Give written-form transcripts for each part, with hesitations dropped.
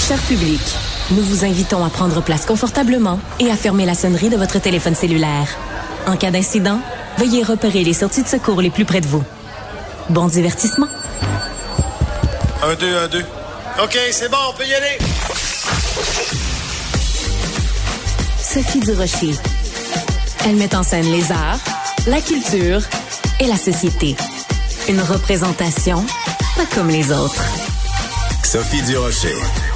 Cher public, nous vous invitons à prendre place confortablement et à fermer la sonnerie de votre téléphone cellulaire. En cas d'incident, veuillez repérer les sorties de secours les plus près de vous. Bon divertissement. 1, 2, 1, 2. OK, c'est bon, on peut y aller. Sophie Durocher. Elle met en scène les arts, la culture et la société. Une représentation pas comme les autres. Sophie Durocher.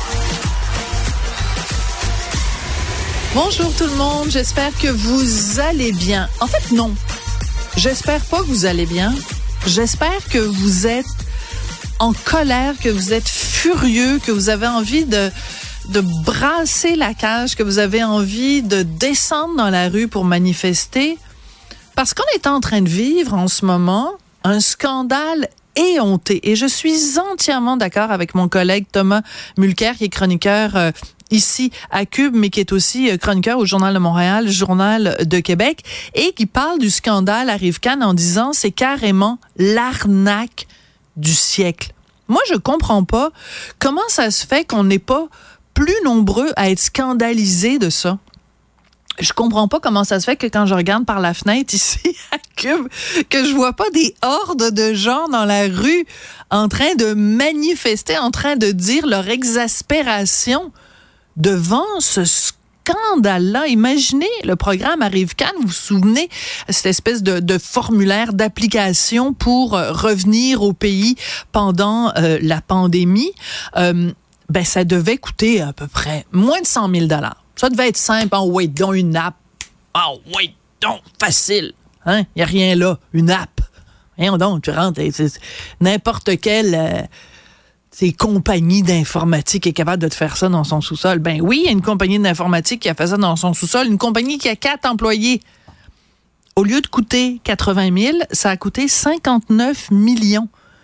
Bonjour tout le monde, j'espère que vous allez bien. En fait, non. J'espère pas que vous allez bien. J'espère que vous êtes en colère, que vous êtes furieux, que vous avez envie de brasser la cage, que vous avez envie de descendre dans la rue pour manifester. Parce qu'on est en train de vivre en ce moment un scandale éhonté. Et je suis entièrement d'accord avec mon collègue Thomas Mulcair, qui est chroniqueur ici à Cube, mais qui est aussi chroniqueur au Journal de Montréal, Journal de Québec, et qui parle du scandale Arrive-Can en disant c'est carrément l'arnaque du siècle. Moi, je comprends pas comment ça se fait qu'on n'est pas plus nombreux à être scandalisés de ça. Je comprends pas comment ça se fait que quand je regarde par la fenêtre ici à Cube, que je vois pas des hordes de gens dans la rue en train de manifester, en train de dire leur exaspération devant ce scandale-là. Imaginez le programme Arrive-Can, vous vous souvenez, cette espèce de formulaire d'application pour revenir au pays pendant la pandémie. Ça devait coûter à peu près moins de 100 000 $. Ça devait être simple. Oh, wait, donc une app. Oh, wait, donc facile. Hein? Il n'y a rien là. Une app. Voyons donc, tu rentres. N'importe quelle compagnie d'informatique est capable de te faire ça dans son sous-sol. Ben oui, il y a une compagnie d'informatique qui a fait ça dans son sous-sol. Une compagnie qui a 4 employés. Au lieu de coûter 80 000, ça a coûté 59 millions.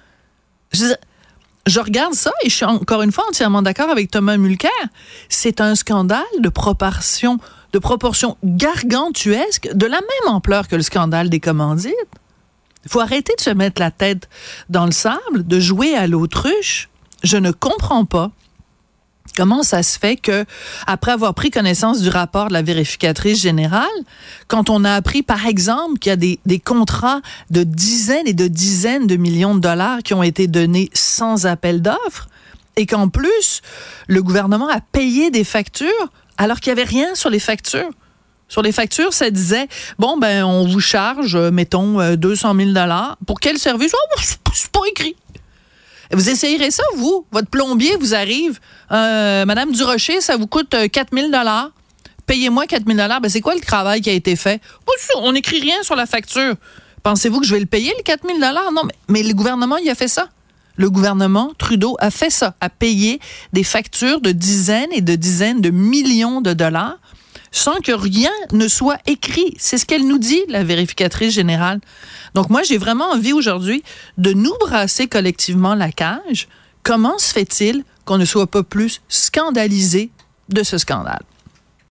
Je regarde ça et je suis encore une fois entièrement d'accord avec Thomas Mulcair. C'est un scandale de proportion gargantuesque, de la même ampleur que le scandale des commandites. Il faut arrêter de se mettre la tête dans le sable, de jouer à l'autruche. Je ne comprends pas comment ça se fait que, après avoir pris connaissance du rapport de la vérificatrice générale, quand on a appris, par exemple, qu'il y a des contrats de dizaines et de dizaines de millions de dollars qui ont été donnés sans appel d'offres, et qu'en plus, le gouvernement a payé des factures alors qu'il n'y avait rien sur les factures. Sur les factures, ça disait, on vous charge, mettons, 200 000 $. Pour quel service? Oh, c'est pas écrit. Vous essayerez ça, vous? Votre plombier vous arrive, Madame Durocher, ça vous coûte 4 000 $. Payez-moi 4 000 $. C'est quoi le travail qui a été fait? On n'écrit rien sur la facture. Pensez-vous que je vais le payer, les 4 000 $? Non, mais le gouvernement, il a fait ça. Le gouvernement Trudeau a fait ça, a payé des factures de dizaines et de dizaines de millions de dollars sans que rien ne soit écrit. C'est ce qu'elle nous dit, la vérificatrice générale. Donc moi, j'ai vraiment envie aujourd'hui de nous brasser collectivement la cage. Comment se fait-il qu'on ne soit pas plus scandalisé de ce scandale?